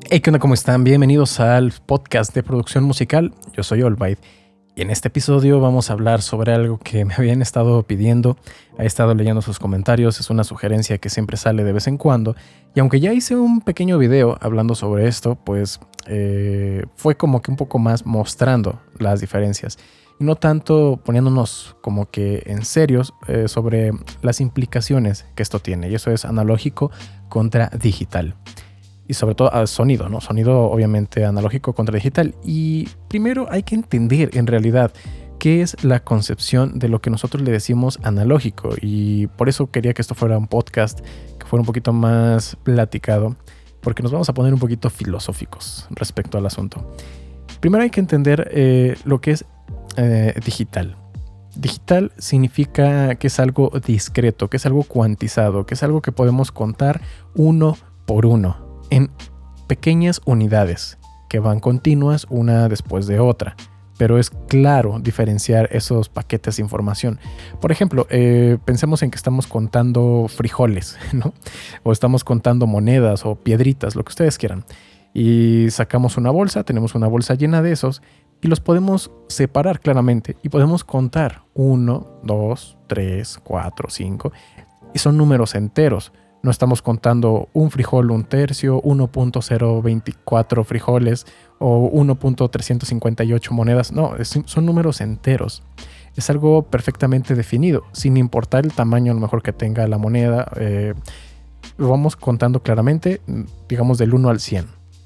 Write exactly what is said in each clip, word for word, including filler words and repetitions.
Hey, ¿qué onda? ¿Cómo están? Bienvenidos al podcast de producción musical. Yo soy Olbaid y en este episodio vamos a hablar sobre algo que me habían estado pidiendo. He estado leyendo sus comentarios, es una sugerencia que siempre sale de vez en cuando. Y aunque ya hice un pequeño video hablando sobre esto, pues eh, fue como que un poco más mostrando las diferencias. Y no tanto poniéndonos como que en serios eh, sobre las implicaciones que esto tiene. Y eso es analógico contra digital. Y sobre todo al sonido, ¿no? Sonido obviamente analógico contra digital. Y primero hay que entender en realidad qué es la concepción de lo que nosotros le decimos analógico. Y por eso quería que esto fuera un podcast que fuera un poquito más platicado, porque nos vamos a poner un poquito filosóficos respecto al asunto. Primero hay que entender eh, lo que es eh, digital. Digital significa que es algo discreto, que es algo cuantizado, que es algo que podemos contar uno por uno, en pequeñas unidades que van continuas una después de otra, pero es claro diferenciar esos paquetes de información. Por ejemplo, eh, pensemos en que estamos contando frijoles, ¿no? O estamos contando monedas o piedritas, lo que ustedes quieran, y sacamos una bolsa, tenemos una bolsa llena de esos y los podemos separar claramente y podemos contar uno, dos, tres, cuatro, cinco y son números enteros. No estamos contando un frijol un tercio, uno punto cero veinticuatro frijoles o uno punto trescientos cincuenta y ocho monedas. No, es, son números enteros. Es algo perfectamente definido, sin importar el tamaño a lo mejor que tenga la moneda. Eh, lo vamos contando claramente, digamos del uno al cien.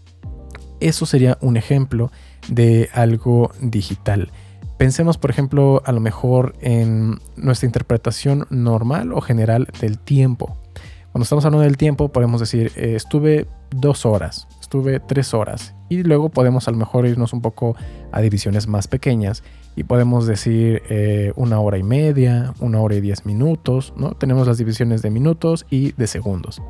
Eso sería un ejemplo de algo digital. Pensemos, por ejemplo, a lo mejor en nuestra interpretación normal o general del tiempo. Cuando estamos hablando del tiempo, podemos decir, eh, estuve dos horas, estuve tres horas. Y luego podemos a lo mejor irnos un poco a divisiones más pequeñas. Y podemos decir eh, una hora y media, una hora y diez minutos, ¿no? Tenemos las divisiones de minutos y de segundos.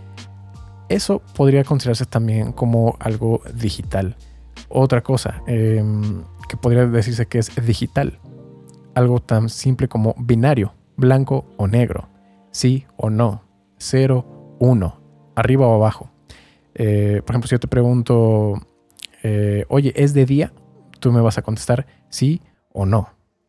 Eso podría considerarse también como algo digital. Otra cosa eh, que podría decirse que es digital. Algo tan simple como binario, blanco o negro, sí o no. cero, uno, arriba o abajo. Eh, por ejemplo, si yo te pregunto, eh, oye, ¿es de día? Tú me vas a contestar sí o no.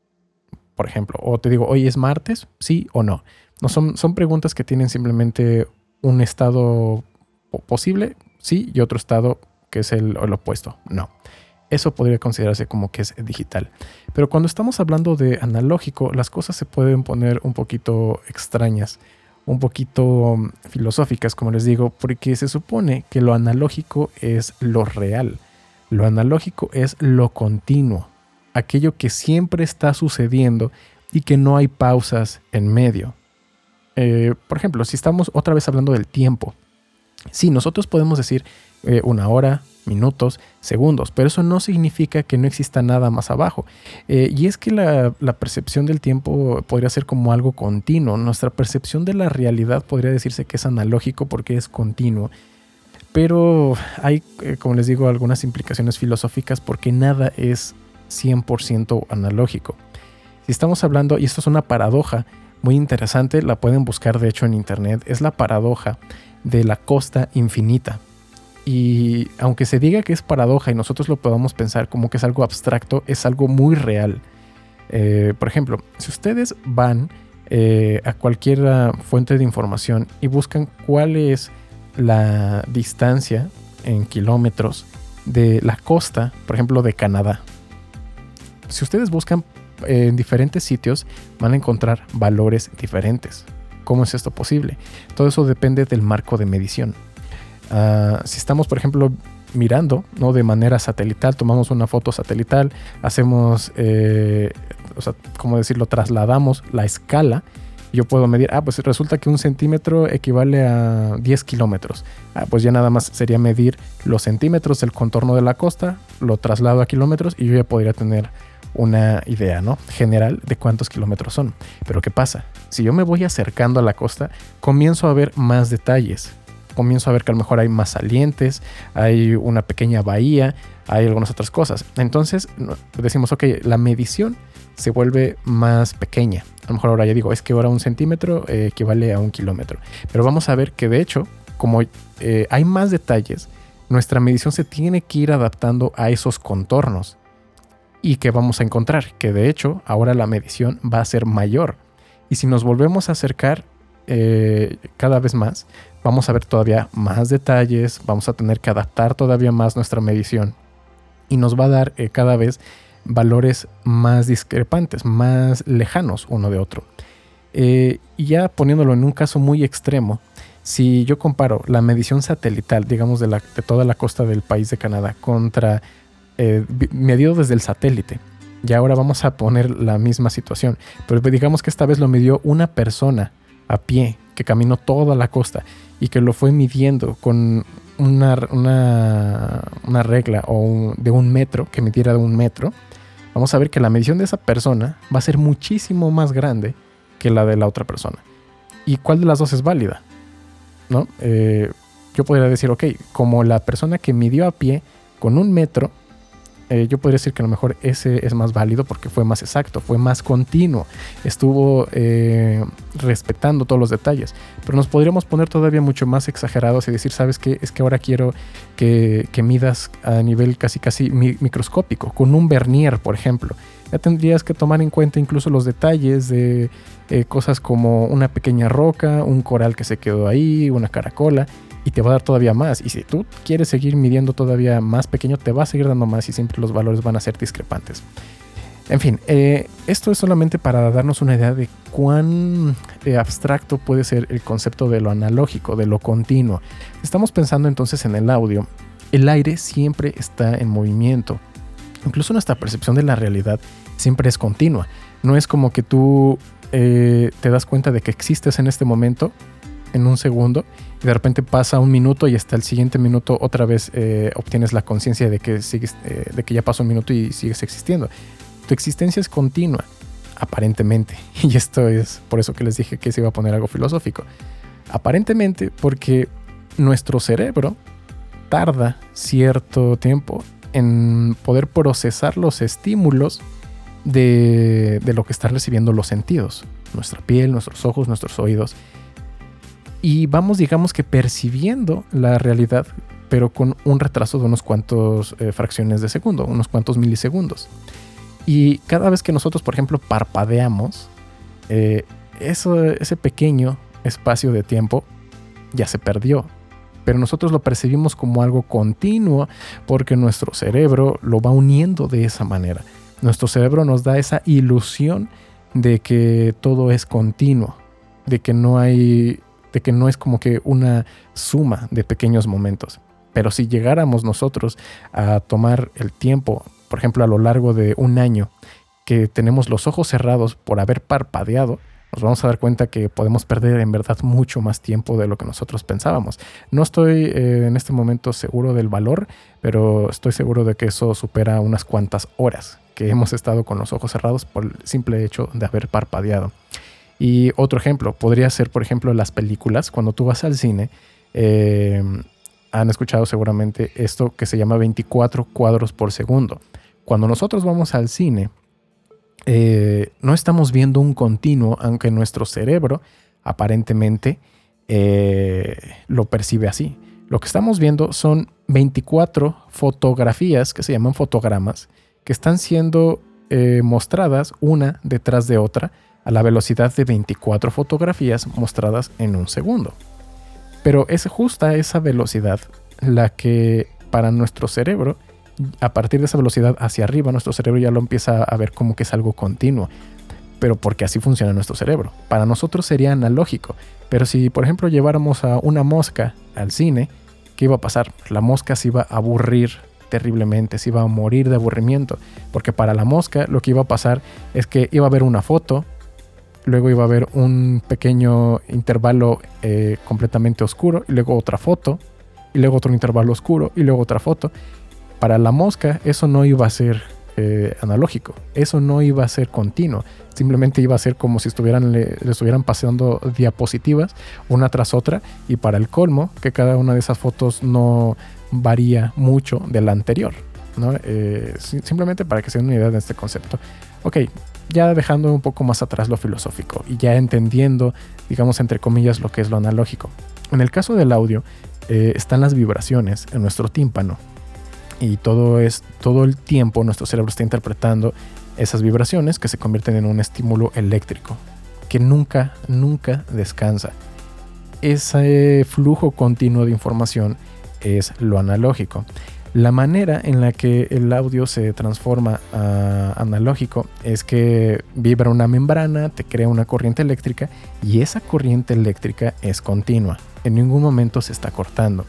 Por ejemplo, o te digo, oye, ¿es martes? Sí o no. No son, son preguntas que tienen simplemente un estado posible, sí, y otro estado que es el, el opuesto, no. Eso podría considerarse como que es digital. Pero cuando estamos hablando de analógico, las cosas se pueden poner un poquito extrañas, un poquito filosóficas, como les digo, porque se supone que lo analógico es lo real. Lo analógico es lo continuo, aquello que siempre está sucediendo y que no hay pausas en medio. Eh, por ejemplo, si estamos otra vez hablando del tiempo, sí, nosotros podemos decir eh, una hora, minutos, segundos, pero eso no significa que no exista nada más abajo. Eh, y es que la, la percepción del tiempo podría ser como algo continuo. Nuestra percepción de la realidad podría decirse que es analógico porque es continuo. Pero hay, eh, como les digo, algunas implicaciones filosóficas porque nada es cien por ciento analógico. Si estamos hablando, y esto es una paradoja muy interesante, la pueden buscar de hecho en internet, es la paradoja de la costa infinita. Y aunque se diga que es paradoja y nosotros lo podamos pensar como que es algo abstracto, es algo muy real. Eh, por ejemplo, si ustedes van eh, a cualquier uh, fuente de información y buscan cuál es la distancia en kilómetros de la costa, por ejemplo, de Canadá. Si ustedes buscan eh, en diferentes sitios, van a encontrar valores diferentes. ¿Cómo es esto posible? Todo eso depende del marco de medición. Uh, si estamos, por ejemplo, mirando, ¿no? De manera satelital, tomamos una foto satelital, hacemos, eh, o sea, ¿cómo decirlo? Trasladamos la escala. Yo puedo medir, ah, pues resulta que un centímetro equivale a diez kilómetros. Ah, pues ya nada más sería medir los centímetros del contorno de la costa, lo traslado a kilómetros y yo ya podría tener una idea, ¿no? General de cuántos kilómetros son. Pero ¿qué pasa? Si yo me voy acercando a la costa, comienzo a ver más detalles. Comienzo a ver que a lo mejor hay más salientes, hay una pequeña bahía, hay algunas otras cosas. Entonces decimos, ok, la medición se vuelve más pequeña. A lo mejor ahora ya digo, es que ahora un centímetro eh, equivale a un kilómetro. Pero vamos a ver que de hecho, como eh, hay más detalles, nuestra medición se tiene que ir adaptando a esos contornos. ¿Y qué vamos a encontrar? Que de hecho ahora la medición va a ser mayor. Y si nos volvemos a acercar eh, cada vez más, vamos a ver todavía más detalles, vamos a tener que adaptar todavía más nuestra medición. Y nos va a dar eh, cada vez valores más discrepantes, más lejanos uno de otro. Eh, y ya poniéndolo en un caso muy extremo, si yo comparo la medición satelital, digamos, de, la, de toda la costa del país de Canadá contra eh, medido desde el satélite, y ahora vamos a poner la misma situación, pero digamos que esta vez lo midió una persona a pie que caminó toda la costa y que lo fue midiendo con una, una, una regla o un, de un metro, que midiera de un metro. Vamos a ver que la medición de esa persona va a ser muchísimo más grande que la de la otra persona. ¿Y cuál de las dos es válida? ¿No? Eh, yo podría decir, ok, como la persona que midió a pie con un metro, eh, yo podría decir que a lo mejor ese es más válido porque fue más exacto, fue más continuo, estuvo eh, respetando todos los detalles. Pero nos podríamos poner todavía mucho más exagerados y decir, ¿sabes qué? Es que ahora quiero que, que midas a nivel casi casi mi, microscópico, con un vernier, por ejemplo. Ya tendrías que tomar en cuenta incluso los detalles de eh, cosas como una pequeña roca, un coral que se quedó ahí, una caracola, y te va a dar todavía más. Y si tú quieres seguir midiendo todavía más pequeño, te va a seguir dando más y siempre los valores van a ser discrepantes. En fin, eh, esto es solamente para darnos una idea de cuán eh, abstracto puede ser el concepto de lo analógico, de lo continuo. Estamos pensando entonces en el audio. El aire siempre está en movimiento. Incluso nuestra percepción de la realidad siempre es continua. No es como que tú eh, te das cuenta de que existes en este momento, en un segundo, y de repente pasa un minuto y hasta el siguiente minuto otra vez eh, obtienes la conciencia de que sigues, eh, de que ya pasó un minuto y sigues existiendo. Tu existencia es continua, aparentemente. Y esto es por eso que les dije que se iba a poner algo filosófico. Aparentemente, porque nuestro cerebro tarda cierto tiempo en poder procesar los estímulos de, de lo que están recibiendo los sentidos, nuestra piel, nuestros ojos, nuestros oídos, y vamos, digamos que percibiendo la realidad, pero con un retraso de unos cuantos eh, fracciones de segundo, unos cuantos milisegundos. Y cada vez que nosotros, por ejemplo, parpadeamos, eh, eso, ese pequeño espacio de tiempo ya se perdió. Pero nosotros lo percibimos como algo continuo porque nuestro cerebro lo va uniendo de esa manera. Nuestro cerebro nos da esa ilusión de que todo es continuo, de que no hay, de que no es como que una suma de pequeños momentos. Pero si llegáramos nosotros a tomar el tiempo, por ejemplo, a lo largo de un año, que tenemos los ojos cerrados por haber parpadeado, nos vamos a dar cuenta que podemos perder en verdad mucho más tiempo de lo que nosotros pensábamos. No estoy eh, en este momento seguro del valor, pero estoy seguro de que eso supera unas cuantas horas que hemos estado con los ojos cerrados por el simple hecho de haber parpadeado. Y otro ejemplo podría ser, por ejemplo, las películas. Cuando tú vas al cine, eh, han escuchado seguramente esto que se llama veinticuatro cuadros por segundo. Cuando nosotros vamos al cine, Eh, no estamos viendo un continuo, aunque nuestro cerebro aparentemente eh, lo percibe así. Lo que estamos viendo son veinticuatro fotografías que se llaman fotogramas, que están siendo eh, mostradas una detrás de otra a la velocidad de veinticuatro fotografías mostradas en un segundo. Pero es justa esa velocidad la que para nuestro cerebro, a partir de esa velocidad hacia arriba, nuestro cerebro ya lo empieza a ver como que es algo continuo, pero porque así funciona nuestro cerebro. Para nosotros sería analógico, pero si por ejemplo lleváramos a una mosca al cine, ¿qué iba a pasar? La mosca se iba a aburrir terriblemente, se iba a morir de aburrimiento, porque para la mosca lo que iba a pasar es que iba a haber una foto, luego iba a haber un pequeño intervalo eh, completamente oscuro, y luego otra foto, y luego otro intervalo oscuro, y luego otra foto. Para la mosca eso no iba a ser eh, analógico, eso no iba a ser continuo, simplemente iba a ser como si estuvieran, le, le estuvieran pasando diapositivas una tras otra, y para el colmo, que cada una de esas fotos no varía mucho de la anterior, ¿no? Eh, simplemente para que se den una idea de este concepto. Ok, ya dejando un poco más atrás lo filosófico y ya entendiendo, digamos entre comillas, lo que es lo analógico. En el caso del audio, eh, están las vibraciones en nuestro tímpano. Y todo, es, todo el tiempo nuestro cerebro está interpretando esas vibraciones que se convierten en un estímulo eléctrico que nunca, nunca descansa. Ese flujo continuo de información es lo analógico. La manera en la que el audio se transforma a analógico es que vibra una membrana, te crea una corriente eléctrica y esa corriente eléctrica es continua. En ningún momento se está cortando.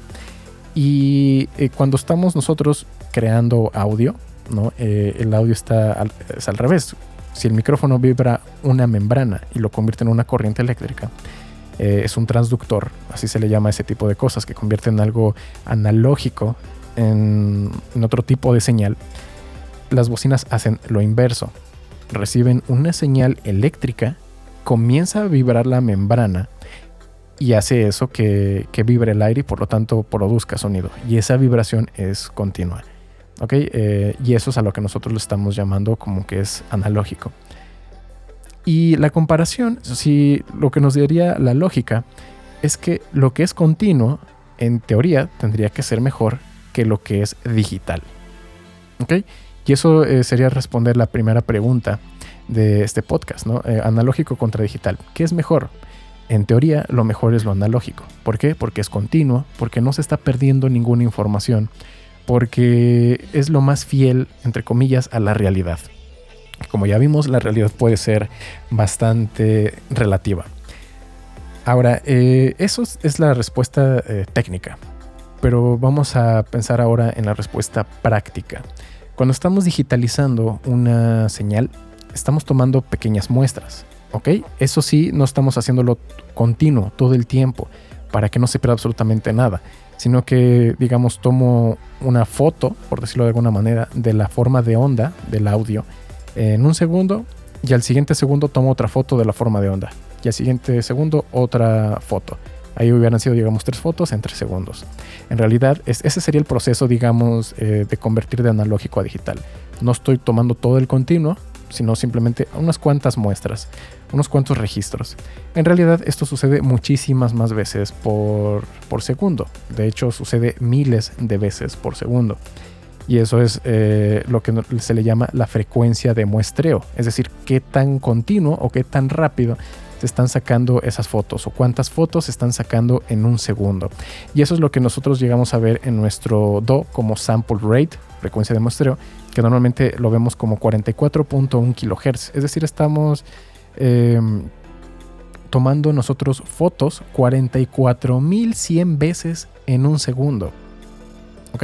Y eh, cuando estamos nosotros creando audio, ¿no? Eh, el audio está al, es al revés. Si el micrófono vibra una membrana y lo convierte en una corriente eléctrica, eh, es un transductor, así se le llama a ese tipo de cosas, que convierten algo analógico en, en otro tipo de señal. Las bocinas hacen lo inverso. Reciben una señal eléctrica, comienza a vibrar la membrana y hace eso que, que vibre el aire y por lo tanto produzca sonido. Y esa vibración es continua. ¿Ok? Eh, y eso es a lo que nosotros lo estamos llamando como que es analógico. Y la comparación, si lo que nos diría la lógica, es que lo que es continuo, en teoría, tendría que ser mejor que lo que es digital. ¿Ok? Y eso eh, sería responder la primera pregunta de este podcast, ¿no? Eh, analógico contra digital. ¿Qué es mejor? En teoría, lo mejor es lo analógico. ¿Por qué? Porque es continuo, porque no se está perdiendo ninguna información, porque es lo más fiel, entre comillas, a la realidad. Como ya vimos, la realidad puede ser bastante relativa. Ahora, eh, eso es la respuesta eh, técnica, pero vamos a pensar ahora en la respuesta práctica. Cuando estamos digitalizando una señal, estamos tomando pequeñas muestras. ¿Ok? Eso sí, no estamos haciéndolo continuo todo el tiempo para que no se pierda absolutamente nada, sino que, digamos, tomo una foto, por decirlo de alguna manera, de la forma de onda del audio en un segundo y al siguiente segundo tomo otra foto de la forma de onda y al siguiente segundo otra foto. Ahí hubieran sido, digamos, tres fotos en tres segundos. En realidad, es, ese sería el proceso, digamos, eh, de convertir de analógico a digital. No estoy tomando todo el continuo, sino simplemente unas cuantas muestras, unos cuantos registros. En realidad esto sucede muchísimas más veces por, por segundo. De hecho, sucede miles de veces por segundo. Y eso es eh, lo que se le llama la frecuencia de muestreo. Es decir, qué tan continuo o qué tan rápido se están sacando esas fotos o cuántas fotos se están sacando en un segundo. Y eso es lo que nosotros llegamos a ver en nuestro D O como sample rate, frecuencia de muestreo, que normalmente lo vemos como cuarenta y cuatro punto uno kilohertz. Es decir, estamos eh, tomando nosotros fotos cuarenta y cuatro mil cien veces en un segundo. ¿Ok?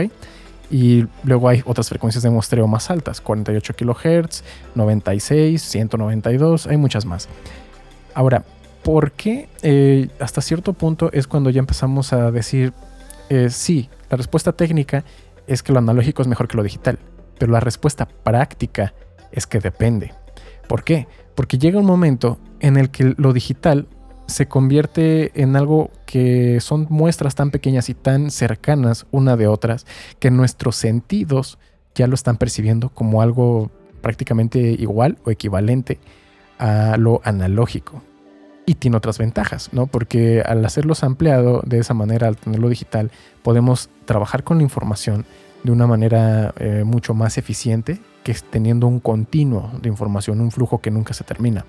Y luego hay otras frecuencias de muestreo más altas, cuarenta y ocho kilohertz, noventa y seis, ciento noventa y dos, hay muchas más. Ahora, ¿por qué eh, hasta cierto punto es cuando ya empezamos a decir eh, sí, la respuesta técnica es que lo analógico es mejor que lo digital? Pero la respuesta práctica es que depende. ¿Por qué? Porque llega un momento en el que lo digital se convierte en algo que son muestras tan pequeñas y tan cercanas una de otras que nuestros sentidos ya lo están percibiendo como algo prácticamente igual o equivalente a lo analógico. Y tiene otras ventajas, ¿no? Porque al hacerlo ampliado de esa manera, al tenerlo digital, podemos trabajar con la información de una manera eh, mucho más eficiente que teniendo un continuo de información, un flujo que nunca se termina.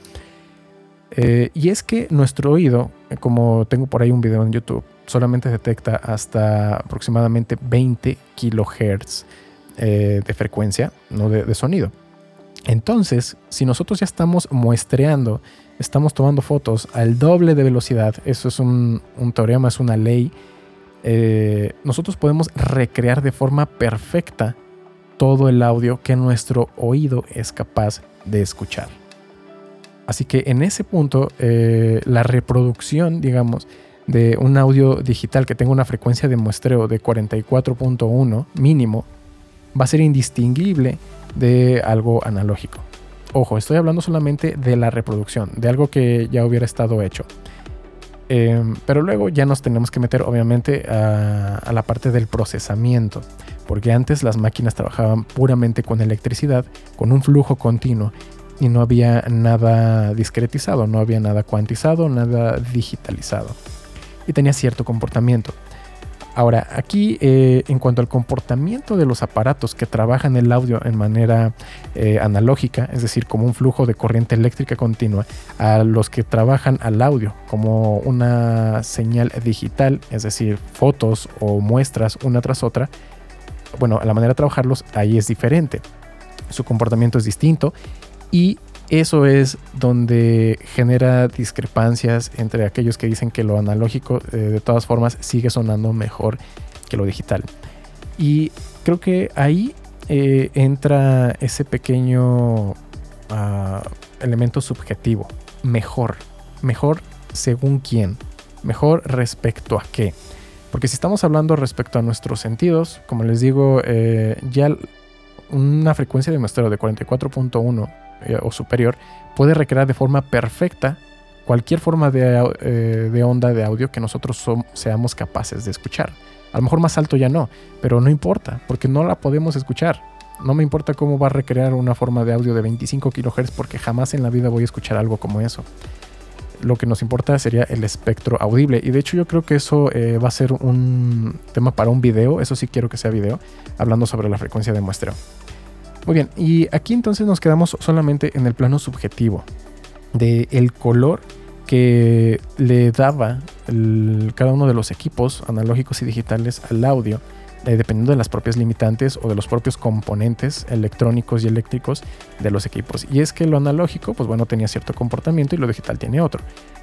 Eh, y es que nuestro oído, como tengo por ahí un video en YouTube, solamente detecta hasta aproximadamente veinte kilohertz eh, de frecuencia, no de, de sonido. Entonces, si nosotros ya estamos muestreando, estamos tomando fotos al doble de velocidad, eso es un, un teorema, es una ley, eh, nosotros podemos recrear de forma perfecta todo el audio que nuestro oído es capaz de escuchar. Así que en ese punto, eh, la reproducción, digamos, de un audio digital que tenga una frecuencia de muestreo de cuarenta y cuatro punto uno mínimo, va a ser indistinguible de algo analógico. Ojo, estoy hablando solamente de la reproducción, de algo que ya hubiera estado hecho. Eh, pero luego ya nos tenemos que meter, obviamente, a, a la parte del procesamiento, porque antes las máquinas trabajaban puramente con electricidad, con un flujo continuo, y no había nada discretizado, no había nada cuantizado, nada digitalizado. Y tenía cierto comportamiento. Ahora, aquí eh, en cuanto al comportamiento de los aparatos que trabajan el audio en manera eh, analógica, es decir, como un flujo de corriente eléctrica continua, a los que trabajan al audio como una señal digital, es decir, fotos o muestras una tras otra, bueno, la manera de trabajarlos ahí es diferente. Su comportamiento es distinto y eso es donde genera discrepancias entre aquellos que dicen que lo analógico eh, de todas formas sigue sonando mejor que lo digital. Y creo que ahí eh, entra ese pequeño uh, elemento subjetivo. Mejor. Mejor según quién. Mejor respecto a qué. Porque si estamos hablando respecto a nuestros sentidos, como les digo, eh, ya una frecuencia de muestreo de cuarenta y cuatro punto uno o superior puede recrear de forma perfecta cualquier forma de, eh, de onda de audio que nosotros som- seamos capaces de escuchar. A lo mejor más alto ya no, pero no importa, porque no la podemos escuchar. No me importa cómo va a recrear una forma de audio de veinticinco kilohertz, porque jamás en la vida voy a escuchar algo como eso. Lo que nos importa sería el espectro audible, y de hecho yo creo que eso eh, va a ser un tema para un video. Eso sí quiero que sea video, hablando sobre la frecuencia de muestreo. Muy bien, y aquí entonces nos quedamos solamente en el plano subjetivo del color que le daba el, cada uno de los equipos analógicos y digitales al audio, eh, dependiendo de las propias limitantes o de los propios componentes electrónicos y eléctricos de los equipos. Y es que lo analógico, pues bueno, tenía cierto comportamiento y lo digital tiene otro.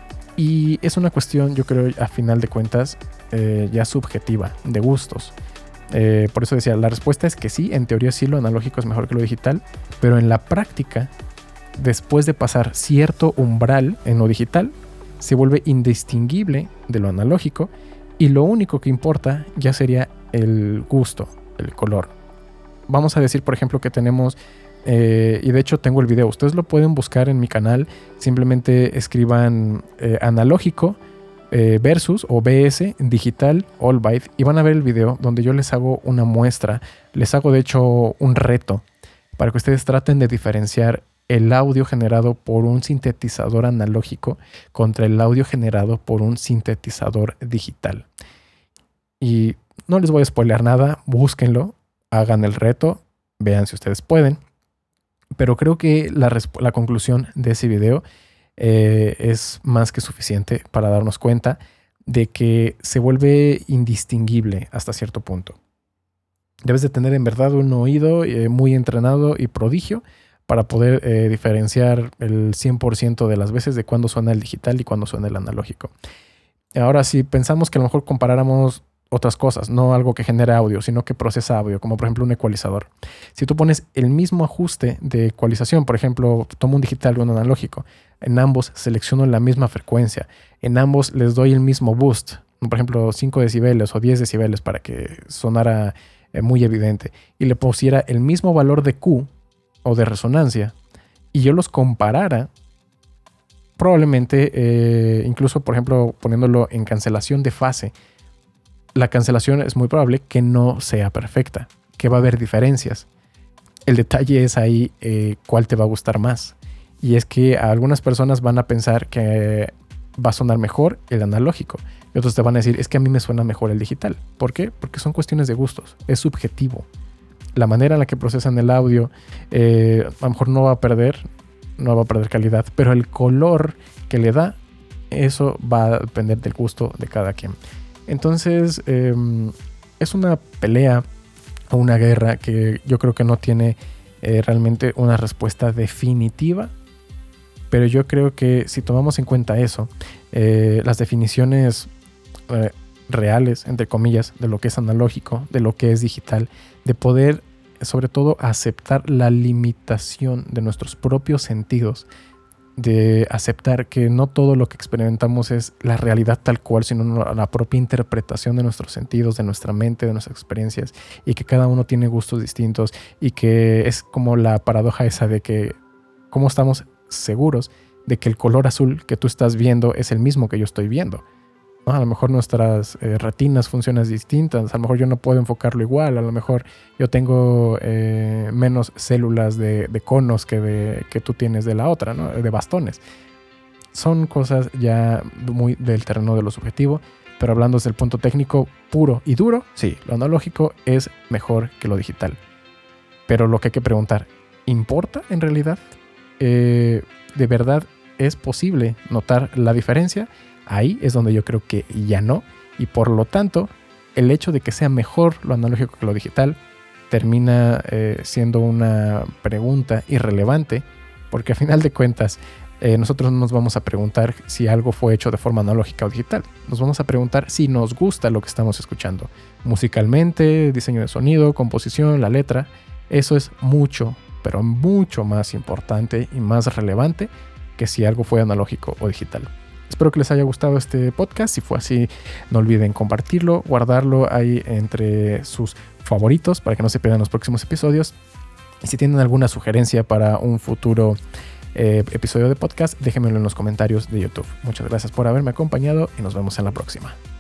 Y es una cuestión, yo creo, a final de cuentas, eh, ya subjetiva, de gustos. Eh, por eso decía, la respuesta es que sí, en teoría sí lo analógico es mejor que lo digital, pero en la práctica, después de pasar cierto umbral en lo digital, se vuelve indistinguible de lo analógico y lo único que importa ya sería el gusto, el color. Vamos a decir, por ejemplo, que tenemos, eh, y de hecho tengo el video, ustedes lo pueden buscar en mi canal, simplemente escriban eh, analógico Eh, versus o B S digital Allbite y van a ver el video donde yo les hago una muestra, les hago de hecho un reto para que ustedes traten de diferenciar el audio generado por un sintetizador analógico contra el audio generado por un sintetizador digital. Y no les voy a spoilear nada, búsquenlo, hagan el reto, vean si ustedes pueden, pero creo que la, la conclusión de ese video Eh, es más que suficiente para darnos cuenta de que se vuelve indistinguible hasta cierto punto. Debes de tener en verdad un oído eh, muy entrenado y prodigio para poder eh, diferenciar el cien por ciento de las veces de cuándo suena el digital y cuándo suena el analógico. Ahora, si pensamos que a lo mejor comparáramos otras cosas, no algo que genera audio, sino que procesa audio, como por ejemplo un ecualizador. Si tú pones el mismo ajuste de ecualización, por ejemplo, tomo un digital y un analógico, en ambos selecciono la misma frecuencia, en ambos les doy el mismo boost, por ejemplo cinco decibeles o diez decibeles para que sonara eh, muy evidente, y le pusiera el mismo valor de Q o de resonancia, y yo los comparara, probablemente, eh, incluso por ejemplo poniéndolo en cancelación de fase, la cancelación es muy probable que no sea perfecta, que va a haber diferencias. El detalle es ahí eh, cuál te va a gustar más. Y es que a algunas personas van a pensar que va a sonar mejor el analógico. Y otros te van a decir, es que a mí me suena mejor el digital. ¿Por qué? Porque son cuestiones de gustos. Es subjetivo. La manera en la que procesan el audio eh, a lo mejor no va a perder, no va a perder calidad. Pero el color que le da, eso va a depender del gusto de cada quien. Entonces, eh, es una pelea o una guerra que yo creo que no tiene eh, realmente una respuesta definitiva, pero yo creo que si tomamos en cuenta eso, eh, las definiciones eh, reales, entre comillas, de lo que es analógico, de lo que es digital, de poder, sobre todo, aceptar la limitación de nuestros propios sentidos, de aceptar que no todo lo que experimentamos es la realidad tal cual, sino la propia interpretación de nuestros sentidos, de nuestra mente, de nuestras experiencias, y que cada uno tiene gustos distintos, y que es como la paradoja esa de que cómo estamos seguros de que el color azul que tú estás viendo es el mismo que yo estoy viendo, ¿no? A lo mejor nuestras eh, retinas funcionan distintas, a lo mejor yo no puedo enfocarlo igual, a lo mejor yo tengo eh, menos células de, de conos que, de, que tú tienes de la otra, ¿no? De bastones. Son cosas ya muy del terreno de lo subjetivo. Pero hablando desde el punto técnico puro y duro, sí, lo analógico es mejor que lo digital. Pero lo que hay que preguntar, ¿importa en realidad? Eh, ¿De verdad es posible notar la diferencia? Ahí es donde yo creo que ya no. Y por lo tanto, el hecho de que sea mejor lo analógico que lo digital termina eh, siendo una pregunta irrelevante, porque a final de cuentas eh, nosotros no nos vamos a preguntar si algo fue hecho de forma analógica o digital. Nos vamos a preguntar si nos gusta lo que estamos escuchando. Musicalmente, diseño de sonido, composición, la letra. Eso es mucho, pero mucho más importante y más relevante que si algo fue analógico o digital. Espero que les haya gustado este podcast. Si fue así, no olviden compartirlo, guardarlo ahí entre sus favoritos para que no se pierdan los próximos episodios. Y si tienen alguna sugerencia para un futuro eh, episodio de podcast, déjenmelo en los comentarios de YouTube. Muchas gracias por haberme acompañado y nos vemos en la próxima.